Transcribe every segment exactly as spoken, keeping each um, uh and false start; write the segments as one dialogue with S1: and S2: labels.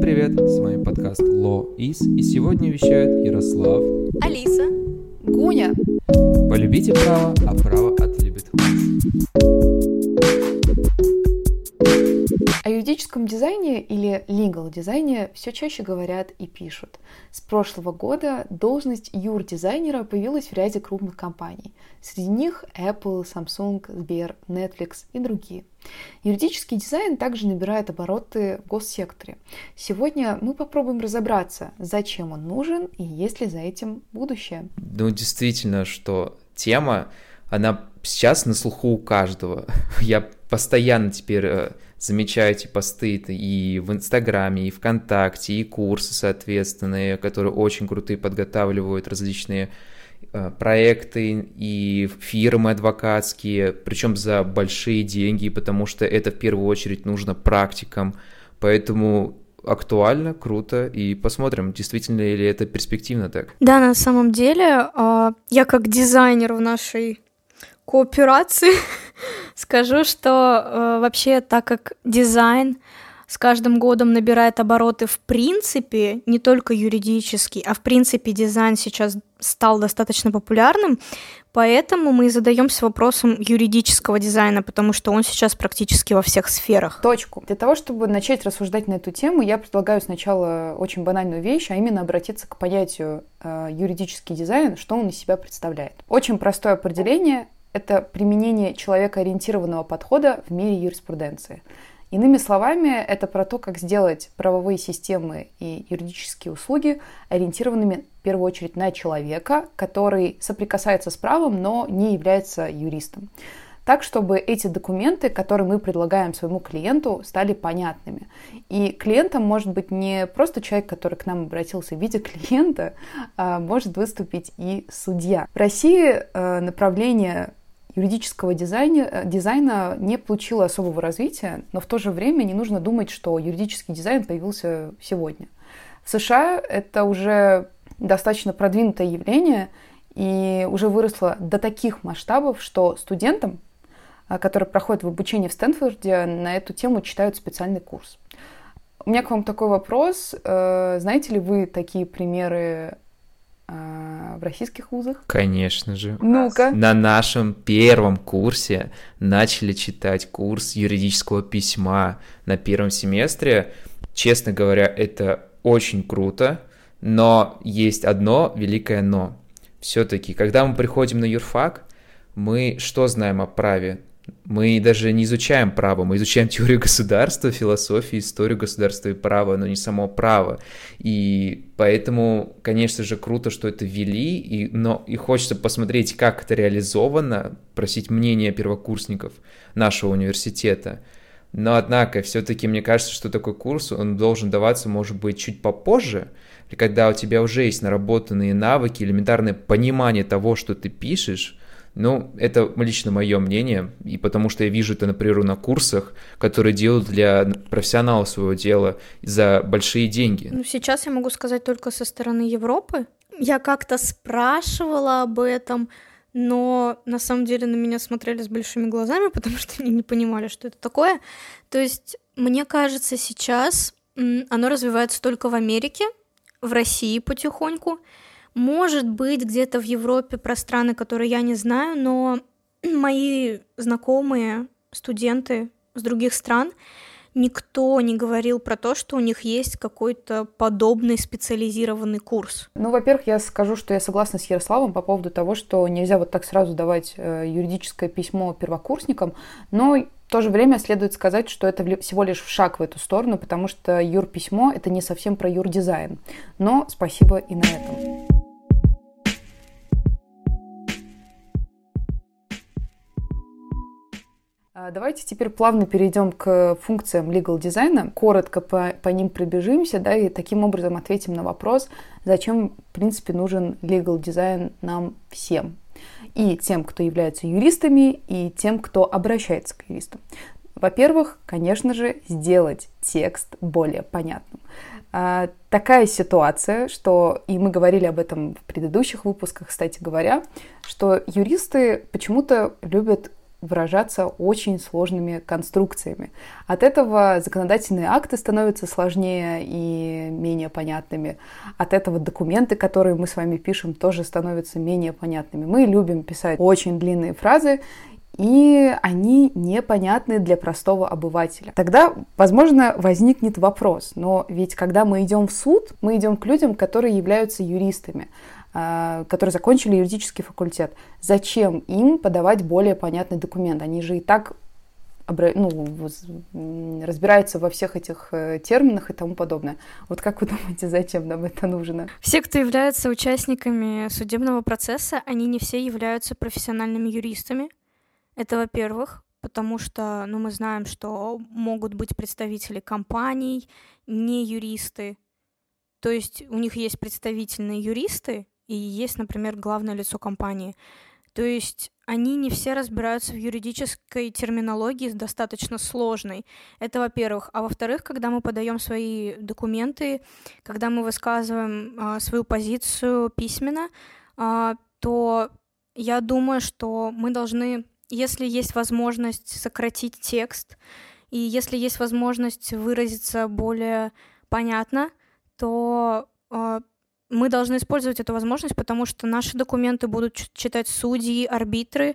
S1: привет! С вами подкаст Law Is, и сегодня вещают Ярослав,
S2: Алиса, Гуня.
S1: Полюбите право, а право отлюбит вас.
S2: О юридическом дизайне или legal дизайне все чаще говорят и пишут. С прошлого года должность юрдизайнера появилась в ряде крупных компаний. Среди них Apple, Samsung, Сбер, Netflix и другие. Юридический дизайн также набирает обороты в госсекторе. Сегодня мы попробуем разобраться, зачем он нужен и есть ли за этим будущее.
S1: Ну, действительно, что тема, она сейчас на слуху у каждого. Я постоянно теперь замечаю эти посты и в Инстаграме, и ВКонтакте, и курсы соответственные, которые очень крутые, подготавливают различные проекты и фирмы адвокатские, причем за большие деньги, потому что это в первую очередь нужно практикам, поэтому актуально, круто, и посмотрим, действительно ли это перспективно так.
S3: Да, на самом деле, я как дизайнер в нашей кооперации скажу, что вообще, так как дизайн с каждым годом набирает обороты в принципе, не только юридический, а в принципе дизайн сейчас стал достаточно популярным, поэтому мы и задаемся вопросом юридического дизайна, потому что он сейчас практически во всех сферах.
S2: Точку. Для того, чтобы начать рассуждать на эту тему, я предлагаю сначала очень банальную вещь, а именно обратиться к понятию э, юридический дизайн, что он из себя представляет. Очень простое определение – это применение человекоориентированного подхода в мире юриспруденции. Иными словами, это про то, как сделать правовые системы и юридические услуги ориентированными в первую очередь на человека, который соприкасается с правом, но не является юристом. Так, чтобы эти документы, которые мы предлагаем своему клиенту, стали понятными. И клиентом может быть не просто человек, который к нам обратился в виде клиента, а может выступить и судья. В России направление юридического дизайна, дизайна не получило особого развития, но в то же время не нужно думать, что юридический дизайн появился сегодня. В США это уже достаточно продвинутое явление и уже выросло до таких масштабов, что студентам, которые проходят в обучении в Стэнфорде, на эту тему читают специальный курс. У меня к вам такой вопрос. Знаете ли вы такие примеры в российских вузах?
S1: Конечно же.
S2: Ну-ка.
S1: На нашем первом курсе начали читать курс юридического письма на первом семестре. Честно говоря, это очень круто, но есть одно великое но. Все-таки, когда мы приходим на юрфак, мы что знаем о праве? Мы даже не изучаем право, мы изучаем теорию государства, философию, историю государства и права, но не само право. И поэтому, конечно же, круто, что это ввели, и, но и хочется посмотреть, как это реализовано, просить мнения первокурсников нашего университета. Но, однако, все-таки мне кажется, что такой курс, он должен даваться, может быть, чуть попозже, когда у тебя уже есть наработанные навыки, элементарное понимание того, что ты пишешь. Ну, это лично мое мнение, и потому что я вижу это, например, на курсах, которые делают для профессионалов своего дела за большие деньги.
S3: Ну, сейчас я могу сказать только со стороны Европы. Я как-то спрашивала об этом, но на самом деле на меня смотрели с большими глазами, потому что они не понимали, что это такое. То есть, мне кажется, сейчас оно развивается только в Америке, в России потихоньку. Может быть, где-то в Европе про страны, которые я не знаю, но мои знакомые студенты с других стран, никто не говорил про то, что у них есть какой-то подобный специализированный курс.
S2: Ну, во-первых, я скажу, что я согласна с Ярославом по поводу того, что нельзя вот так сразу давать юридическое письмо первокурсникам, но в то же время следует сказать, что это всего лишь шаг в эту сторону, потому что юрписьмо — это не совсем про юрдизайн. Но спасибо и на этом. Давайте теперь плавно перейдем к функциям legal дизайна, коротко по, по ним пробежимся, да, и таким образом ответим на вопрос, зачем, в принципе, нужен legal дизайн нам всем. И тем, кто является юристами, и тем, кто обращается к юристам. Во-первых, конечно же, сделать текст более понятным. А, такая ситуация, что, и мы говорили об этом в предыдущих выпусках, кстати говоря, что юристы почему-то любят выражаться очень сложными конструкциями. От этого законодательные акты становятся сложнее и менее понятными. От этого документы, которые мы с вами пишем, тоже становятся менее понятными. Мы любим писать очень длинные фразы, и они непонятны для простого обывателя. Тогда, возможно, возникнет вопрос, но ведь когда мы идем в суд, мы идем к людям, которые являются юристами, которые закончили юридический факультет. Зачем им подавать более понятный документ? Они же и так ну, разбираются во всех этих терминах и тому подобное. Вот как вы думаете, зачем нам это нужно?
S3: Все, кто являются участниками судебного процесса, они не все являются профессиональными юристами. Это, во-первых, потому что ну, мы знаем, что могут быть представители компаний, не юристы. То есть у них есть представительные юристы, и есть, например, главное лицо компании. То есть они не все разбираются в юридической терминологии достаточно сложной. Это во-первых. А во-вторых, когда мы подаем свои документы, когда мы высказываем а, свою позицию письменно, а, то я думаю, что мы должны, если есть возможность сократить текст, и если есть возможность выразиться более понятно, то а, мы должны использовать эту возможность, потому что наши документы будут читать судьи, арбитры,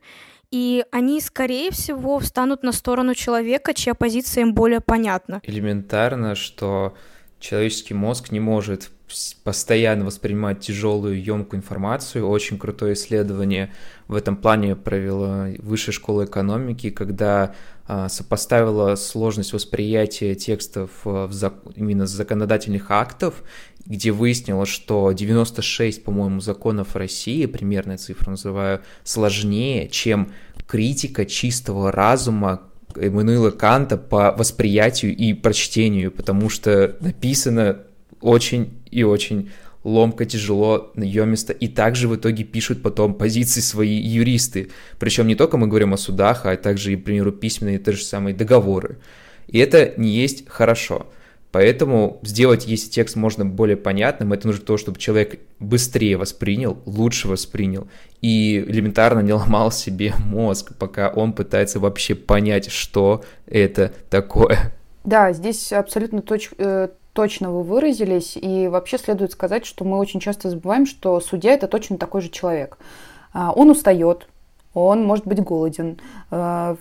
S3: и они, скорее всего, встанут на сторону человека, чья позиция им более понятна.
S1: Элементарно, что человеческий мозг не может постоянно воспринимать тяжелую, емкую информацию. Очень крутое исследование в этом плане провела Высшая школа экономики, когда а, сопоставила сложность восприятия текстов в зак- именно законодательных актов, где выяснилось, что девяносто шесть, по-моему, законов России, примерная цифра называю, сложнее, чем критика чистого разума Иммануила Канта по восприятию и прочтению, потому что написано очень и очень ломко, тяжело, наёмисто, и также в итоге пишут потом позиции свои юристы. Причем не только мы говорим о судах, а также, к примеру, письменные те же самые договоры. И это не есть хорошо. Поэтому сделать, если текст можно более понятным, это нужно для того, чтобы человек быстрее воспринял, лучше воспринял и элементарно не ломал себе мозг, пока он пытается вообще понять, что это такое.
S2: Да, здесь абсолютно точ, э, точно вы выразились, и вообще следует сказать, что мы очень часто забываем, что судья – это точно такой же человек. А, он устает, он может быть голоден. А,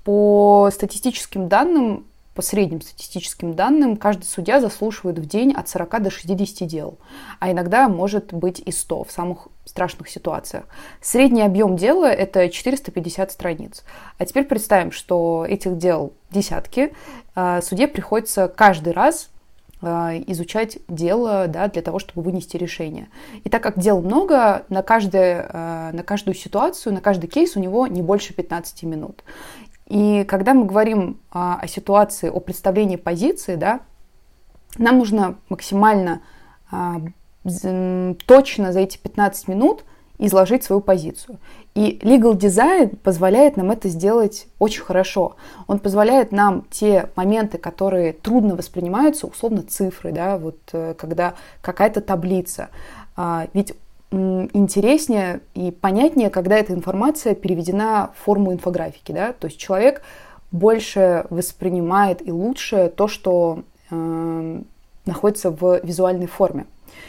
S2: по статистическим данным, по средним статистическим данным, каждый судья заслушивает в день от сорока до шестидесяти дел, а иногда может быть и сто в самых страшных ситуациях. Средний объем дела – это четыреста пятьдесят страниц. А теперь представим, что этих дел десятки, судье приходится каждый раз изучать дело, да, для того, чтобы вынести решение. И так как дел много, на, каждое, на каждую ситуацию, на каждый кейс у него не больше пятнадцати минут. И когда мы говорим а, о ситуации, о представлении позиции, да, нам нужно максимально а, точно за эти пятнадцать минут изложить свою позицию. И legal design позволяет нам это сделать очень хорошо. Он позволяет нам те моменты, которые трудно воспринимаются, условно цифры, да, вот когда какая-то таблица. А, ведь интереснее и понятнее, когда эта информация переведена в форму инфографики, да, то есть человек больше воспринимает и лучше то, что э, находится в визуальной форме.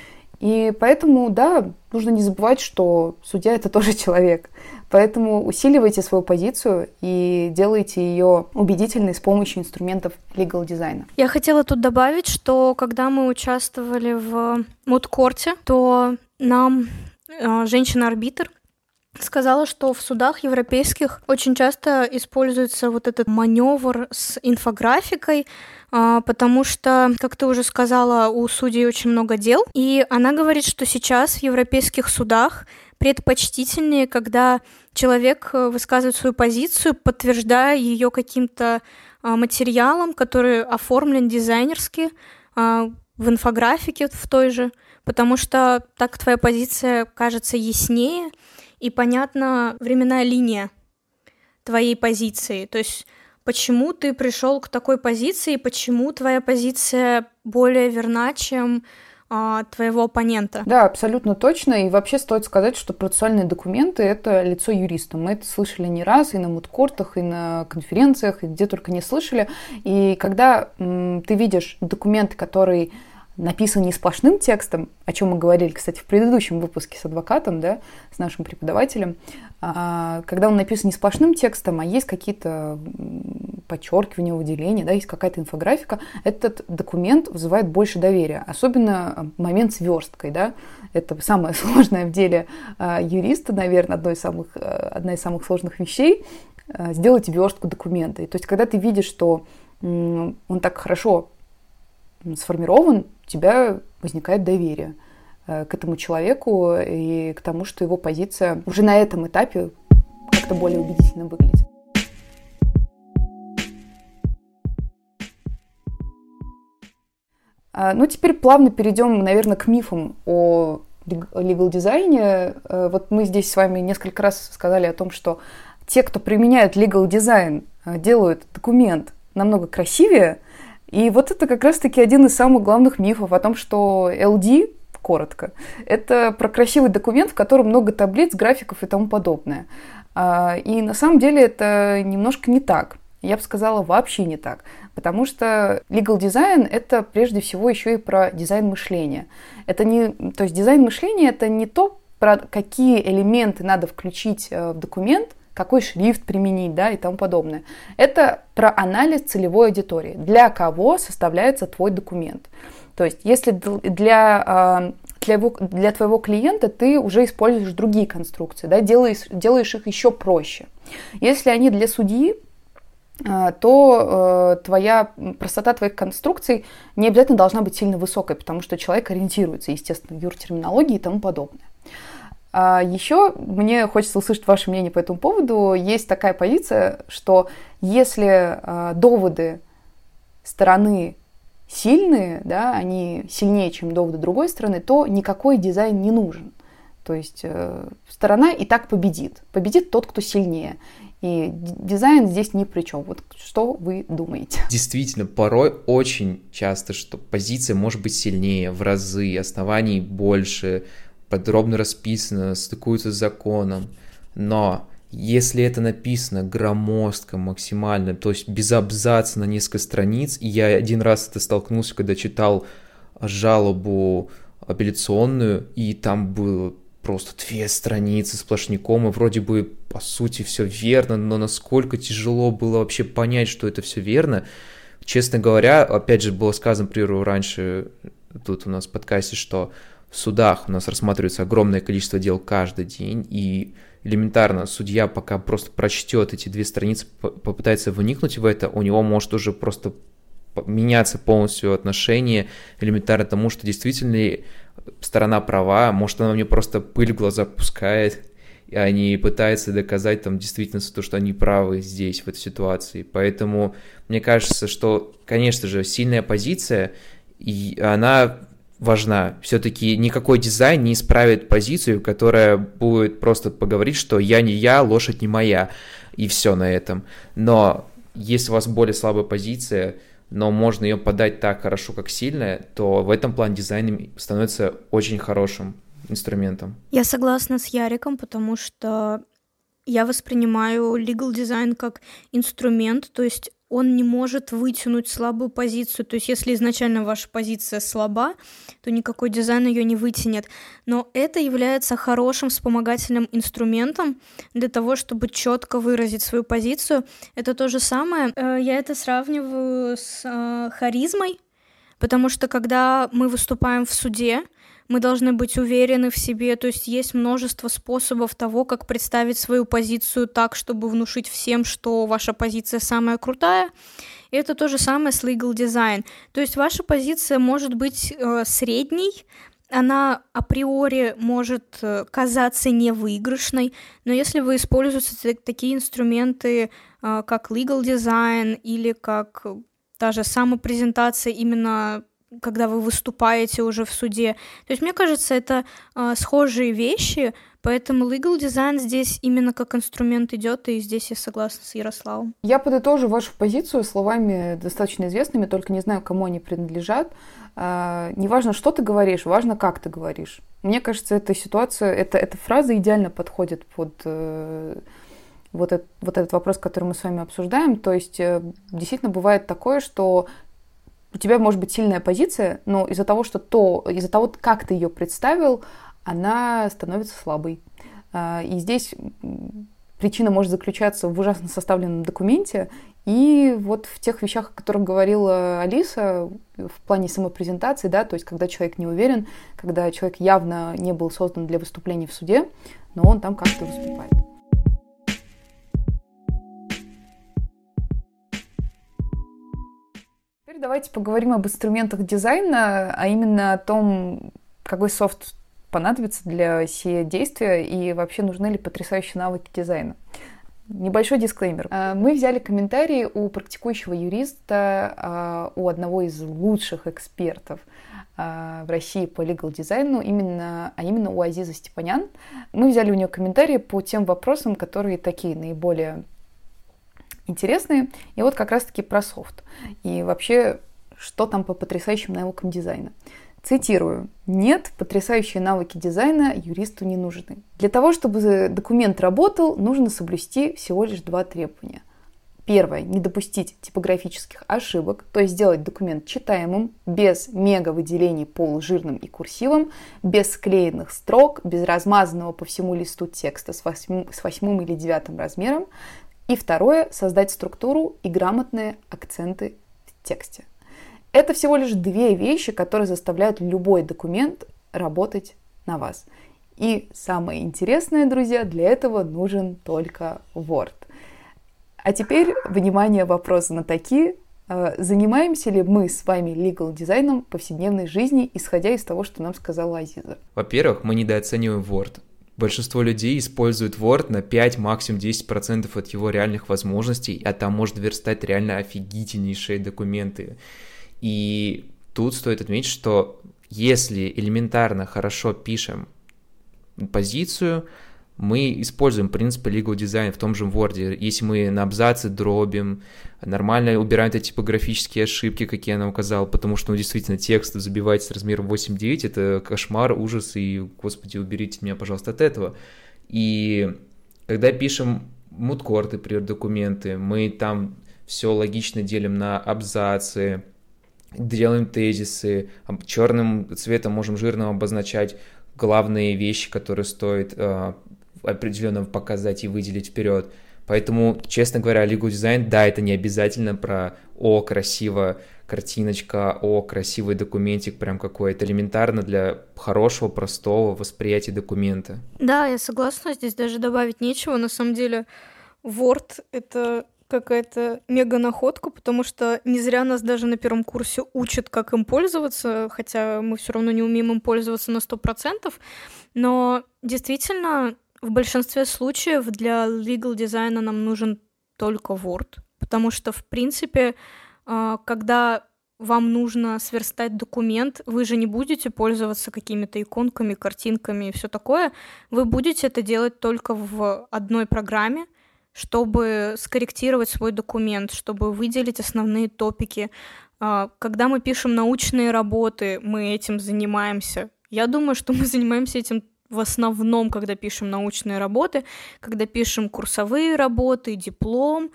S2: И поэтому, да, нужно не забывать, что судья – это тоже человек. Поэтому усиливайте свою позицию и делайте ее убедительной с помощью инструментов legal дизайна.
S3: Я хотела тут добавить, что когда мы участвовали в мудкорте, то нам э, женщина-арбитр сказала, что в судах европейских очень часто используется вот этот маневр с инфографикой, э, потому что, как ты уже сказала, у судей очень много дел, и она говорит, что сейчас в европейских судах предпочтительнее, когда человек высказывает свою позицию, подтверждая ее каким-то э, материалом, который оформлен дизайнерски, э, в инфографике в той же, потому что так твоя позиция кажется яснее и понятна временная линия твоей позиции. То есть почему ты пришел к такой позиции, почему твоя позиция более верна, чем а, твоего оппонента.
S2: Да, абсолютно точно. И вообще стоит сказать, что процессуальные документы — это лицо юриста. Мы это слышали не раз и на мудкортах, и на конференциях, и где только не слышали. И когда м, ты видишь документ, который написан не сплошным текстом, о чем мы говорили, кстати, в предыдущем выпуске с адвокатом, да, с нашим преподавателем, а, когда он написан не сплошным текстом, а есть какие-то подчеркивания, выделения, да, есть какая-то инфографика, этот документ вызывает больше доверия. Особенно момент с версткой, да, это самое сложное в деле а, юриста, наверное, одно из самых, а, одна из самых сложных вещей, а, сделать верстку документа. И, то есть, когда ты видишь, что м, он так хорошо сформирован, у тебя возникает доверие к этому человеку и к тому, что его позиция уже на этом этапе как-то более убедительно выглядит. Ну, теперь плавно перейдем, наверное, к мифам о legal дизайне. Вот мы здесь с вами несколько раз сказали о том, что те, кто применяют legal дизайн, делают документ намного красивее. И вот это как раз-таки один из самых главных мифов о том, что эл ди, коротко, это про красивый документ, в котором много таблиц, графиков и тому подобное. И на самом деле это немножко не так. Я бы сказала, вообще не так. Потому что legal дизайн — это прежде всего еще и про дизайн мышления. Это не, то есть дизайн мышления — это не то, про какие элементы надо включить в документ, какой шрифт применить, да, и тому подобное. Это про анализ целевой аудитории. Для кого составляется твой документ. То есть, если для, для, его, для твоего клиента ты уже используешь другие конструкции, да, делаешь, делаешь их еще проще. Если они для судьи, то твоя, простота твоих конструкций не обязательно должна быть сильно высокой, потому что человек ориентируется, естественно, в юртерминологии и тому подобное. А еще мне хочется услышать ваше мнение по этому поводу. Есть такая позиция, что если а, доводы стороны сильные, да, они сильнее, чем доводы другой стороны, то никакой дизайн не нужен. То есть э, сторона и так победит. Победит тот, кто сильнее. И дизайн здесь ни при чем. Вот что вы думаете?
S1: Действительно, порой очень часто, что позиция может быть сильнее в разы, оснований больше, подробно расписано, стыкуется с законом, но если это написано громоздко, максимально, то есть без абзаца на несколько страниц, и я один раз это столкнулся, когда читал жалобу апелляционную, и там было просто две страницы сплошняком, и вроде бы по сути все верно, но насколько тяжело было вообще понять, что это все верно. Честно говоря, опять же, было сказано, например, раньше тут у нас в подкасте, что в судах у нас рассматривается огромное количество дел каждый день, и элементарно судья, пока просто прочтет эти две страницы, попытается вникнуть в это, у него может уже просто меняться полностью отношение элементарно тому, что действительно сторона права, может, она мне просто пыль в глаза пускает, и они пытаются доказать там действительно то, что они правы здесь, в этой ситуации. Поэтому мне кажется, что, конечно же, сильная позиция, и она важна. Все-таки никакой дизайн не исправит позицию, которая будет просто поговорить, что я не я, лошадь не моя, и все на этом. Но если у вас более слабая позиция, но можно ее подать так хорошо, как сильная, то в этом плане дизайн становится очень хорошим инструментом.
S3: Я согласна с Яриком, потому что я воспринимаю legal дизайн как инструмент, то есть он не может вытянуть слабую позицию. То есть если изначально ваша позиция слаба, то никакой дизайн ее не вытянет. Но это является хорошим вспомогательным инструментом для того, чтобы четко выразить свою позицию. Это то же самое. Я это сравниваю с харизмой, потому что когда мы выступаем в суде, мы должны быть уверены в себе, то есть есть множество способов того, как представить свою позицию так, чтобы внушить всем, что ваша позиция самая крутая. И это то же самое с legal design. То есть ваша позиция может быть э, средней, она априори может казаться невыигрышной, но если вы используете такие инструменты, э, как legal design или как та же самопрезентация именно когда вы выступаете уже в суде. То есть, мне кажется, это э, схожие вещи, поэтому legal design здесь именно как инструмент идет, и здесь я согласна с Ярославом.
S2: Я подытожу вашу позицию словами достаточно известными, только не знаю, кому они принадлежат. А, не важно, что ты говоришь, важно, как ты говоришь. Мне кажется, эта ситуация, эта, эта фраза идеально подходит под э, вот, этот, вот этот вопрос, который мы с вами обсуждаем. То есть, э, действительно бывает такое, что у тебя может быть сильная позиция, но из-за того, что то, из-за того, как ты ее представил, она становится слабой. И здесь причина может заключаться в ужасно составленном документе и вот в тех вещах, о которых говорила Алиса в плане самопрезентации, да, то есть когда человек не уверен, когда человек явно не был создан для выступлений в суде, но он там как-то выступает. Теперь давайте поговорим об инструментах дизайна, а именно о том, какой софт понадобится для сие действия и вообще нужны ли потрясающие навыки дизайна. Небольшой дисклеймер. Мы взяли комментарии у практикующего юриста, у одного из лучших экспертов в России по legal дизайну, именно, а именно у Азизы Степанян. Мы взяли у нее комментарии по тем вопросам, которые такие наиболее интересные. И вот как раз-таки про софт. И вообще, что там по потрясающим навыкам дизайна. Цитирую. «Нет, потрясающие навыки дизайна юристу не нужны. Для того, чтобы документ работал, нужно соблюсти всего лишь два требования. Первое. Не допустить типографических ошибок, то есть сделать документ читаемым, без мега-выделений полужирным и курсивом, без склеенных строк, без размазанного по всему листу текста с восьмым, с восьмым или девятым размером. И второе. Создать структуру и грамотные акценты в тексте». Это всего лишь две вещи, которые заставляют любой документ работать на вас. И самое интересное, друзья, для этого нужен только Word. А теперь, внимание, вопрос знатоки. Занимаемся ли мы с вами legal дизайном в повседневной жизни, исходя из того, что нам сказала Азиза?
S1: Во-первых, мы недооцениваем Word. Большинство людей используют Word на пять, максимум десять процентов от его реальных возможностей, а там можно верстать реально офигительнейшие документы. И тут стоит отметить, что если элементарно хорошо пишем позицию, мы используем принципы legal design в том же Word. Если мы на абзацы дробим, нормально убираем эти типографические ошибки, какие я нам указал, потому что, ну, действительно, текст забивать с размером восемь девять — это кошмар, ужас, и, господи, уберите меня, пожалуйста, от этого. И когда пишем мудкорты, например, документы, мы там все логично делим на абзацы, делаем тезисы, черным цветом можем жирным обозначать главные вещи, которые стоит э, определенно показать и выделить вперед. Поэтому, честно говоря, legal design, да, это не обязательно про «о, красиво, картиночка», «о, красивый документик», прям какой-то, элементарно для хорошего, простого восприятия документа.
S3: Да, я согласна, здесь даже добавить нечего. На самом деле, Word — это какая-то мега-находка, потому что не зря нас даже на первом курсе учат, как им пользоваться, хотя мы все равно не умеем им пользоваться на сто процентов, но действительно в большинстве случаев для legal дизайна нам нужен только Word, потому что, в принципе, когда вам нужно сверстать документ, вы же не будете пользоваться какими-то иконками, картинками и все такое, вы будете это делать только в одной программе, чтобы скорректировать свой документ, чтобы выделить основные топики. Когда мы пишем научные работы, мы этим занимаемся. Я думаю, что мы занимаемся этим в основном, когда пишем научные работы, когда пишем курсовые работы, диплом,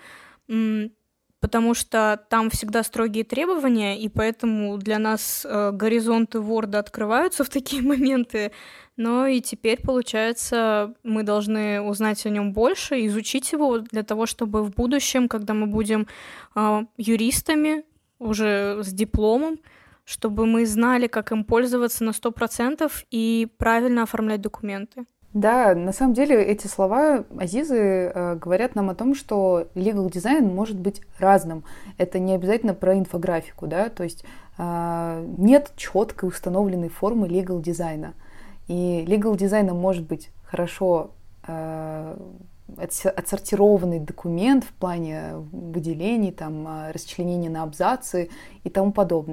S3: потому что там всегда строгие требования, и поэтому для нас горизонты Word открываются в такие моменты. Но и теперь, получается, мы должны узнать о нем больше, изучить его для того, чтобы в будущем, когда мы будем э, юристами, уже с дипломом, чтобы мы знали, как им пользоваться на сто процентов и правильно оформлять документы.
S2: Да, на самом деле эти слова Азизы э, говорят нам о том, что legal дизайн может быть разным. Это не обязательно про инфографику, да, то есть э, нет четкой установленной формы legal дизайна. И legal дизайном может быть хорошо э, отсортированный документ в плане выделений, там, расчленения на абзацы и тому подобное.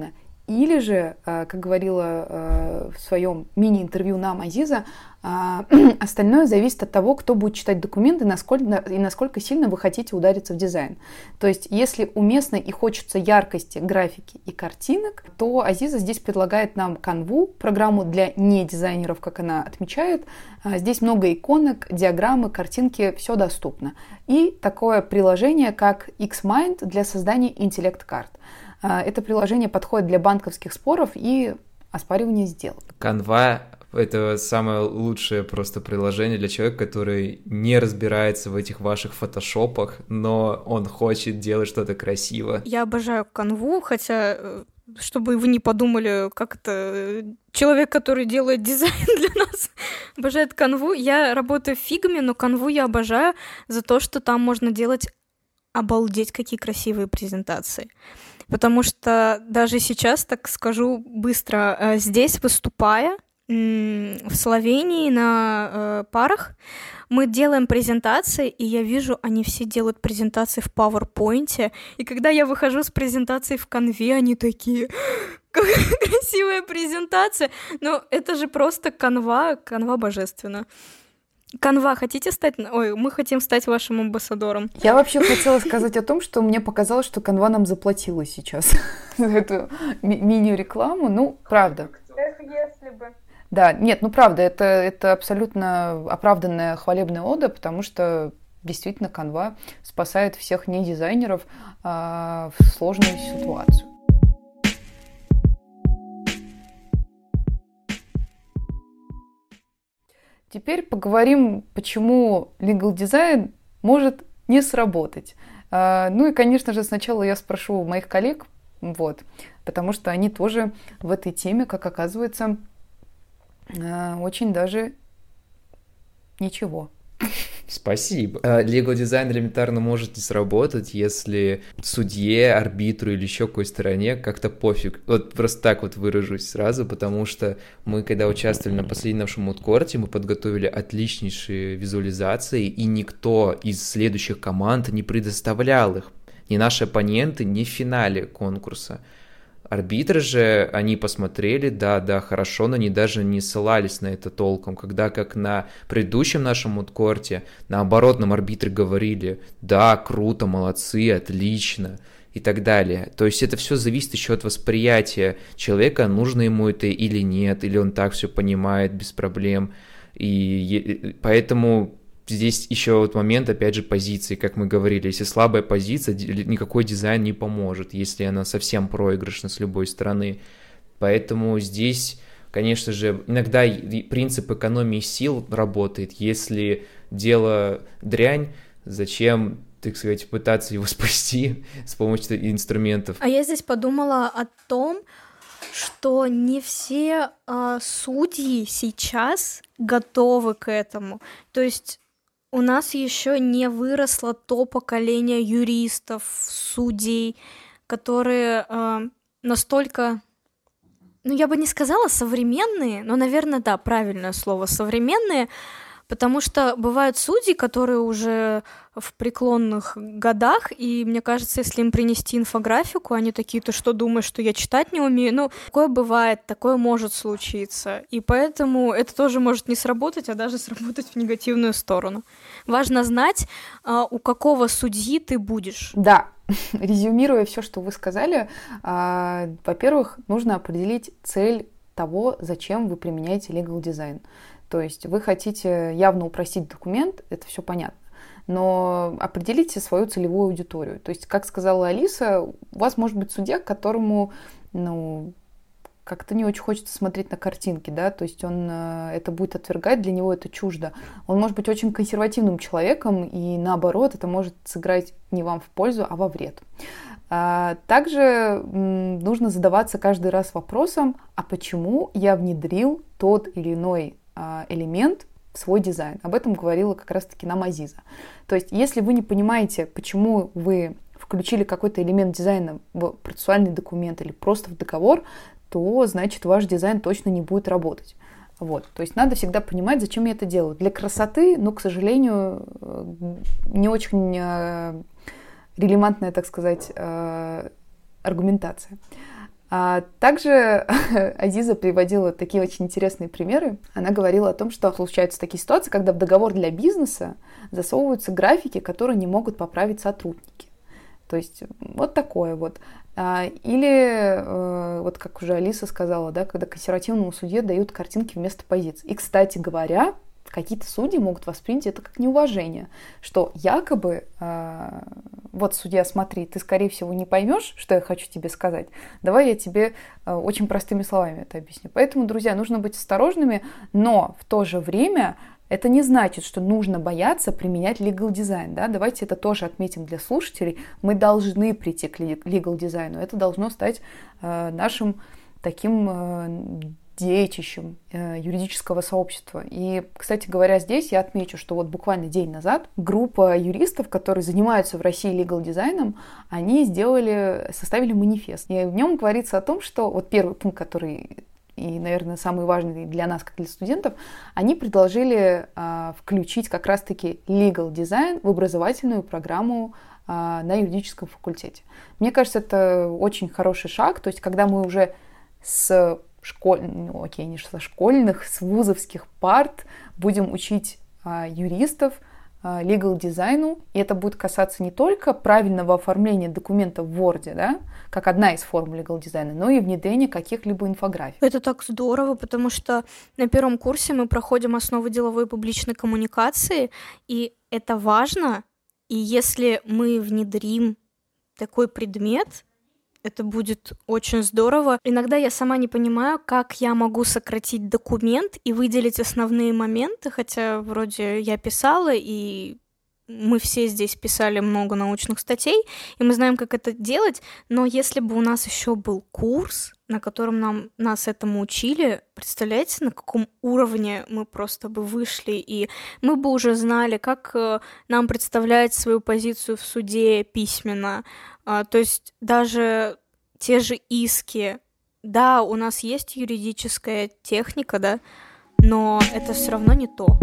S2: Или же, как говорила в своем мини-интервью нам Азиза, остальное зависит от того, кто будет читать документы и насколько, и насколько сильно вы хотите удариться в дизайн. То есть, если уместно и хочется яркости, графики и картинок, то Азиза здесь предлагает нам Canva, программу для недизайнеров, как она отмечает. Здесь много иконок, диаграммы, картинки, все доступно. И такое приложение, как Xmind для создания интеллект-карт. Это приложение подходит для банковских споров и оспаривания сделок.
S1: Canva — это самое лучшее просто приложение для человека, который не разбирается в этих ваших фотошопах, но он хочет делать что-то красиво.
S3: Я обожаю Canva, хотя, чтобы вы не подумали, как это человек, который делает дизайн для нас, обожает Canva. Я работаю в Figma, но Canva я обожаю за то, что там можно делать обалдеть какие красивые презентации. Потому что даже сейчас, так скажу быстро, здесь выступая в Словении на парах, мы делаем презентации, и я вижу, они все делают презентации в PowerPoint, и когда я выхожу с презентацией в Canva, они такие: какая красивая презентация! Но это же просто Canva, Canva божественно. Canva, хотите стать... Ой, мы хотим стать вашим амбассадором.
S2: Я вообще хотела сказать о том, что мне показалось, что Canva нам заплатила сейчас за эту ми- мини-рекламу. Ну, правда.
S3: Эх, если бы.
S2: Да, нет, ну правда, это, это абсолютно оправданная хвалебная ода, потому что действительно Canva спасает всех недизайнеров а, в сложную ситуацию. Теперь поговорим, почему legal design может не сработать. Ну и, конечно же, сначала я спрошу моих коллег, вот, потому что они тоже в этой теме, как оказывается, очень даже ничего.
S1: Спасибо. Legal design элементарно может не сработать, если судье, арбитру или еще какой стороне как-то пофиг. Вот просто так вот выражусь сразу, потому что мы, когда участвовали на последнем нашем мудкорте, мы подготовили отличнейшие визуализации, и никто из следующих команд не предоставлял их. Ни наши оппоненты, ни в финале конкурса. Арбитры же, они посмотрели, да, да, хорошо, но они даже не ссылались на это толком, когда как на предыдущем нашем мудкорте, наоборот, нам арбитры говорили: да, круто, молодцы, отлично и так далее. То есть это все зависит еще от восприятия человека, нужно ему это или нет, или он так все понимает без проблем, и поэтому... Здесь еще вот момент, опять же, позиции, как мы говорили, если слабая позиция, никакой дизайн не поможет, если она совсем проигрышна с любой стороны. Поэтому здесь, конечно же, иногда принцип экономии сил работает. Если дело дрянь, зачем, так сказать, пытаться его спасти с помощью инструментов?
S3: А я здесь подумала о том, что не все э, судьи сейчас готовы к этому. То есть у нас еще не выросло то поколение юристов, судей, которые э, настолько, ну я бы не сказала современные, но, наверное, да, правильное слово современные, потому что бывают судьи, которые уже в преклонных годах, и мне кажется, если им принести инфографику, они такие: ты что, думаешь, что я читать не умею? Ну, такое бывает, такое может случиться, и поэтому это тоже может не сработать, а даже сработать в негативную сторону. Важно знать, у какого судьи ты будешь.
S2: Да, резюмируя все, что вы сказали, во-первых, нужно определить цель того, зачем вы применяете legal design. То есть вы хотите явно упростить документ, это все понятно, но определите свою целевую аудиторию. То есть, как сказала Алиса, у вас может быть судья, которому, ну, как-то не очень хочется смотреть на картинки, да, то есть он это будет отвергать, для него это чуждо. Он может быть очень консервативным человеком, и наоборот, это может сыграть не вам в пользу, а во вред. Также нужно задаваться каждый раз вопросом: а почему я внедрил тот или иной элемент в свой дизайн? Об этом говорила как раз-таки нам Азиза. То есть, если вы не понимаете, почему вы включили какой-то элемент дизайна в процессуальный документ или просто в договор, то, значит, ваш дизайн точно не будет работать. Вот. То есть, надо всегда понимать, зачем я это делаю. Для красоты, но, к сожалению, не очень релевантная, так сказать, аргументация. А также Азиза приводила такие очень интересные примеры. Она говорила о том, что случаются такие ситуации, когда в договор для бизнеса засовываются графики, которые не могут поправить сотрудники. То есть вот такое вот. Или, вот как уже Алиса сказала, да, когда консервативному судье дают картинки вместо позиций. И, кстати говоря, какие-то судьи могут воспринять это как неуважение, что якобы, э, вот, судья, смотри, ты, скорее всего, не поймешь, что я хочу тебе сказать, давай я тебе э, очень простыми словами это объясню. Поэтому, друзья, нужно быть осторожными, но в то же время это не значит, что нужно бояться применять legal design, да, давайте это тоже отметим для слушателей, мы должны прийти к legal дизайну, это должно стать э, нашим таким э, детищем э, юридического сообщества. И, кстати говоря, здесь я отмечу, что вот буквально день назад группа юристов, которые занимаются в России legal дизайном, они сделали, составили манифест. И в нем говорится о том, что вот первый пункт, который и, наверное, самый важный для нас, как для студентов, они предложили э, включить как раз-таки legal design в образовательную программу э, на юридическом факультете. Мне кажется, это очень хороший шаг, то есть когда мы уже с школь... ну, окей, не со школьных, с вузовских парт будем учить а, юристов а, legal дизайну, и это будет касаться не только правильного оформления документа в Word, да, как одна из форм legal дизайна, но и внедрения каких-либо инфографик.
S3: Это так здорово, потому что на первом курсе мы проходим основы деловой и публичной коммуникации, и это важно, и если мы внедрим такой предмет, это будет очень здорово. Иногда я сама не понимаю, как я могу сократить документ и выделить основные моменты, хотя вроде я писала, и мы все здесь писали много научных статей, и мы знаем, как это делать, но если бы у нас еще был курс, на котором нам, нас этому учили, представляете, на каком уровне мы просто бы вышли, и мы бы уже знали, как э, нам представлять свою позицию в суде письменно. А, то есть даже те же иски, да, у нас есть юридическая техника, да, но это все равно не то.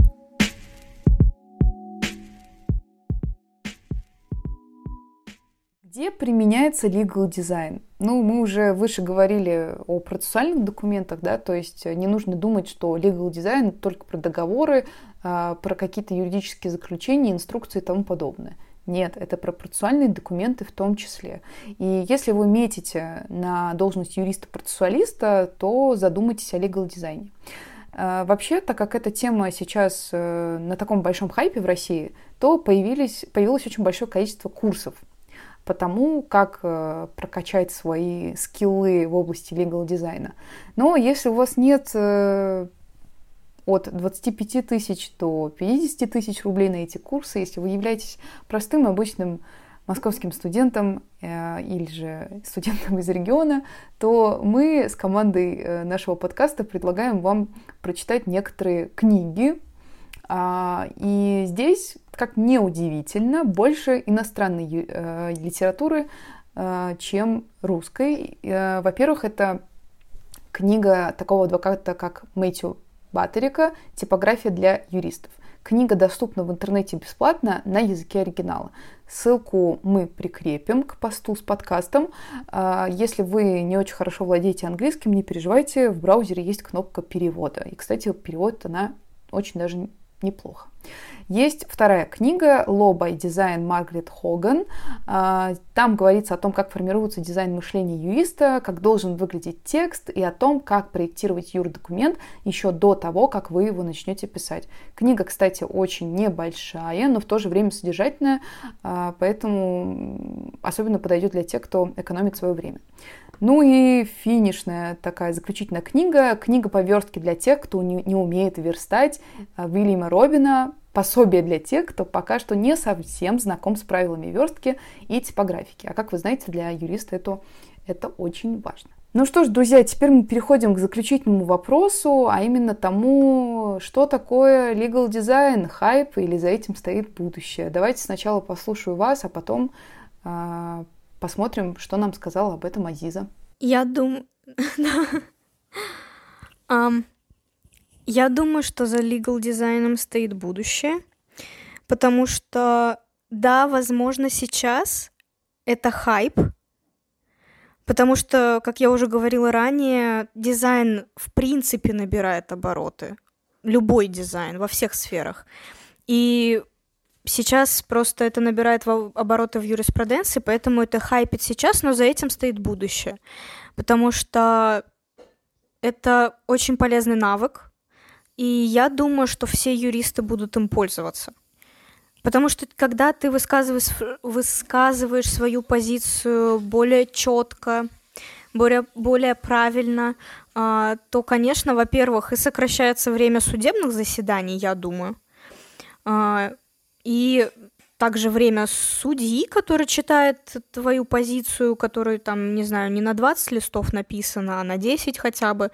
S2: Где применяется legal design? Ну, мы уже выше говорили о процессуальных документах, да, то есть не нужно думать, что legal design только про договоры, про какие-то юридические заключения, инструкции и тому подобное. Нет, это про процессуальные документы в том числе. И если вы метите на должность юриста-процессуалиста, то задумайтесь о legal дизайне. Вообще, так как эта тема сейчас на таком большом хайпе в России, то появились, появилось очень большое количество курсов по тому, как прокачать свои скиллы в области legal дизайна. Но если у вас нет от двадцати пяти тысяч до пятидесяти тысяч рублей на эти курсы, если вы являетесь простым обычным московским студентом э, или же студентом из региона, то мы с командой э, нашего подкаста предлагаем вам прочитать некоторые книги. А, и здесь, как ни удивительно, больше иностранной э, литературы, э, чем русской. Э, во-первых, это книга такого адвоката, как Мэтью Баттерика «Типография для юристов». Книга доступна в интернете бесплатно на языке оригинала. Ссылку мы прикрепим к посту с подкастом. Если вы не очень хорошо владеете английским, не переживайте, в браузере есть кнопка перевода. И, кстати, переводит она очень даже неплохо. Есть вторая книга «Law by Design» Маргарет Хоган. Там говорится о том, как формируется дизайн мышления юриста, как должен выглядеть текст и о том, как проектировать юрдокумент еще до того, как вы его начнете писать. Книга, кстати, очень небольшая, но в то же время содержательная, поэтому особенно подойдет для тех, кто экономит свое время. Ну и финишная такая заключительная книга, книга по верстке для тех, кто не, не умеет верстать, Уильяма Робина, пособие для тех, кто пока что не совсем знаком с правилами верстки и типографики. А как вы знаете, для юриста это, это очень важно. Ну что ж, друзья, теперь мы переходим к заключительному вопросу, а именно тому, что такое legal design, хайп или за этим стоит будущее. Давайте сначала послушаю вас, а потом э, посмотрим, что нам сказала об этом Азиза.
S3: Я думаю... Я думаю, что за legal дизайном стоит будущее, потому что, да, возможно, сейчас это хайп, Потому что, как я уже говорила ранее, дизайн в принципе набирает обороты. Любой дизайн во всех сферах. И сейчас просто это набирает обороты в юриспруденции, поэтому это хайпит сейчас, но за этим стоит будущее. Потому что это очень полезный навык, и я думаю, что все юристы будут им пользоваться. Потому что когда ты высказываешь, высказываешь свою позицию более четко, более, более правильно, то, конечно, во-первых, и сокращается время судебных заседаний, я думаю, и также время судьи, который читает твою позицию, которую там, не знаю, не на двадцать листов написано, а на десять хотя бы.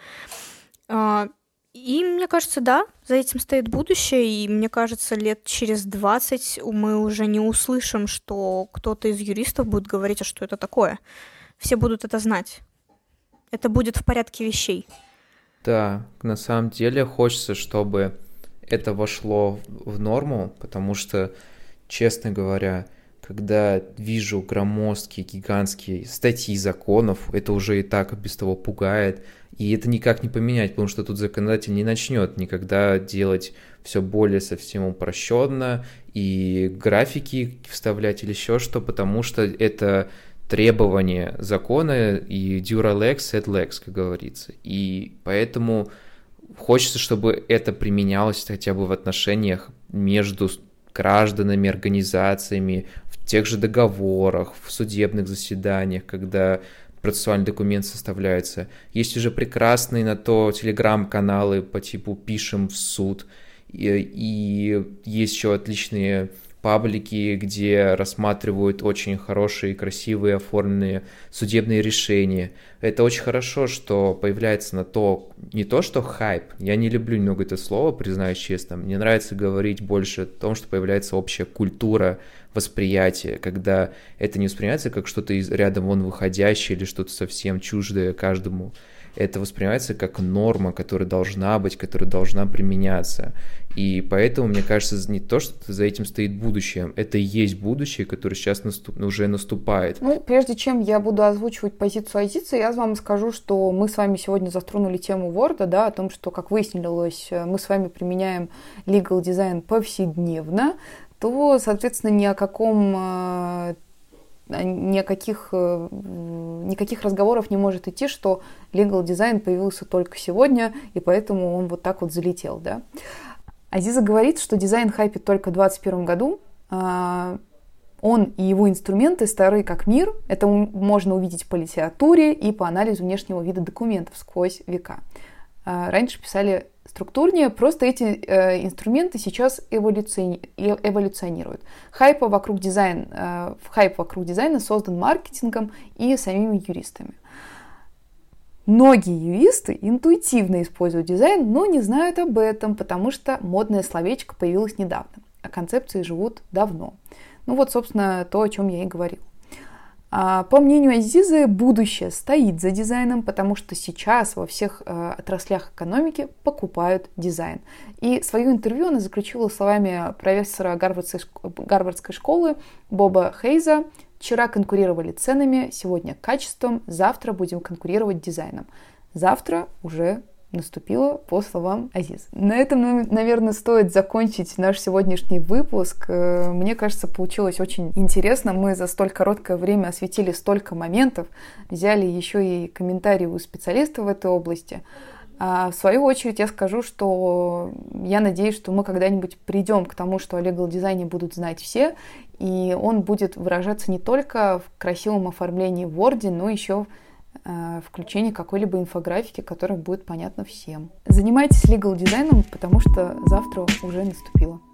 S3: И мне кажется, да, за этим стоит будущее, и мне кажется, лет через двадцать мы уже не услышим, что кто-то из юристов будет говорить, а что это такое. Все будут это знать. Это будет в порядке вещей.
S1: Да, на самом деле хочется, чтобы это вошло в норму, потому что, честно говоря, когда вижу громоздкие, гигантские статьи законов, это уже и так без того пугает, и это никак не поменять, потому что тут законодатель не начнет никогда делать все более совсем упрощенно и графики вставлять или еще что, потому что это требование закона и dura lex sed lex, как говорится. И поэтому хочется, чтобы это применялось хотя бы в отношениях между гражданами, организациями, в тех же договорах, в судебных заседаниях, когда процессуальный документ составляется. Есть уже прекрасные на то телеграм-каналы по типу «Пишем в суд», и, и есть еще отличные паблики, где рассматривают очень хорошие, красивые, оформленные судебные решения. Это очень хорошо, что появляется на то, не то что хайп, я не люблю много это слово, признаюсь честно, мне нравится говорить больше о том, что появляется общая культура восприятия, когда это не воспринимается как что-то из ряда вон выходящее или что-то совсем чуждое каждому. Это воспринимается как норма, которая должна быть, которая должна применяться. И поэтому, мне кажется, не то, что за этим стоит будущее, это и есть будущее, которое сейчас наступ... уже наступает.
S2: Ну, прежде чем я буду озвучивать позицию Азиза, я вам скажу, что мы с вами сегодня затронули тему Word, да, о том, что, как выяснилось, мы с вами применяем legal design повседневно, то, соответственно, ни о каком... Ни о каких, никаких разговоров не может идти, что legal design появился только сегодня, и поэтому он вот так вот залетел, да. Азиза говорит, что дизайн хайпит только в двадцать первом году. Он и его инструменты стары как мир. Это можно увидеть по литературе и по анализу внешнего вида документов сквозь века. Раньше писали структурнее, просто эти э, инструменты сейчас эволюци... эволюционируют. Хайп вокруг, дизайн, э, хайп вокруг дизайна создан маркетингом и самими юристами. Многие юристы интуитивно используют дизайн, но не знают об этом, потому что модное словечко появилось недавно, а концепции живут давно. Ну вот, собственно, то, о чем я и говорила. По мнению Азизы, будущее стоит за дизайном, потому что сейчас во всех э, отраслях экономики покупают дизайн. И свое интервью она заключила словами профессора Гарвардской, Гарвардской школы Боба Хейза: «Вчера конкурировали ценами, сегодня качеством, завтра будем конкурировать дизайном». Завтра уже наступило, по словам Азизы. На этом, наверное, стоит закончить наш сегодняшний выпуск. Мне кажется, получилось очень интересно. Мы за столь короткое время осветили столько моментов, взяли еще и комментарии у специалистов в этой области. А в свою очередь я скажу, что я надеюсь, что мы когда-нибудь придем к тому, что о legal дизайне будут знать все, и он будет выражаться не только в красивом оформлении в Word, но еще в включение какой-либо инфографики, которая будет понятна всем. Занимайтесь legal дизайном, потому что завтра уже наступило.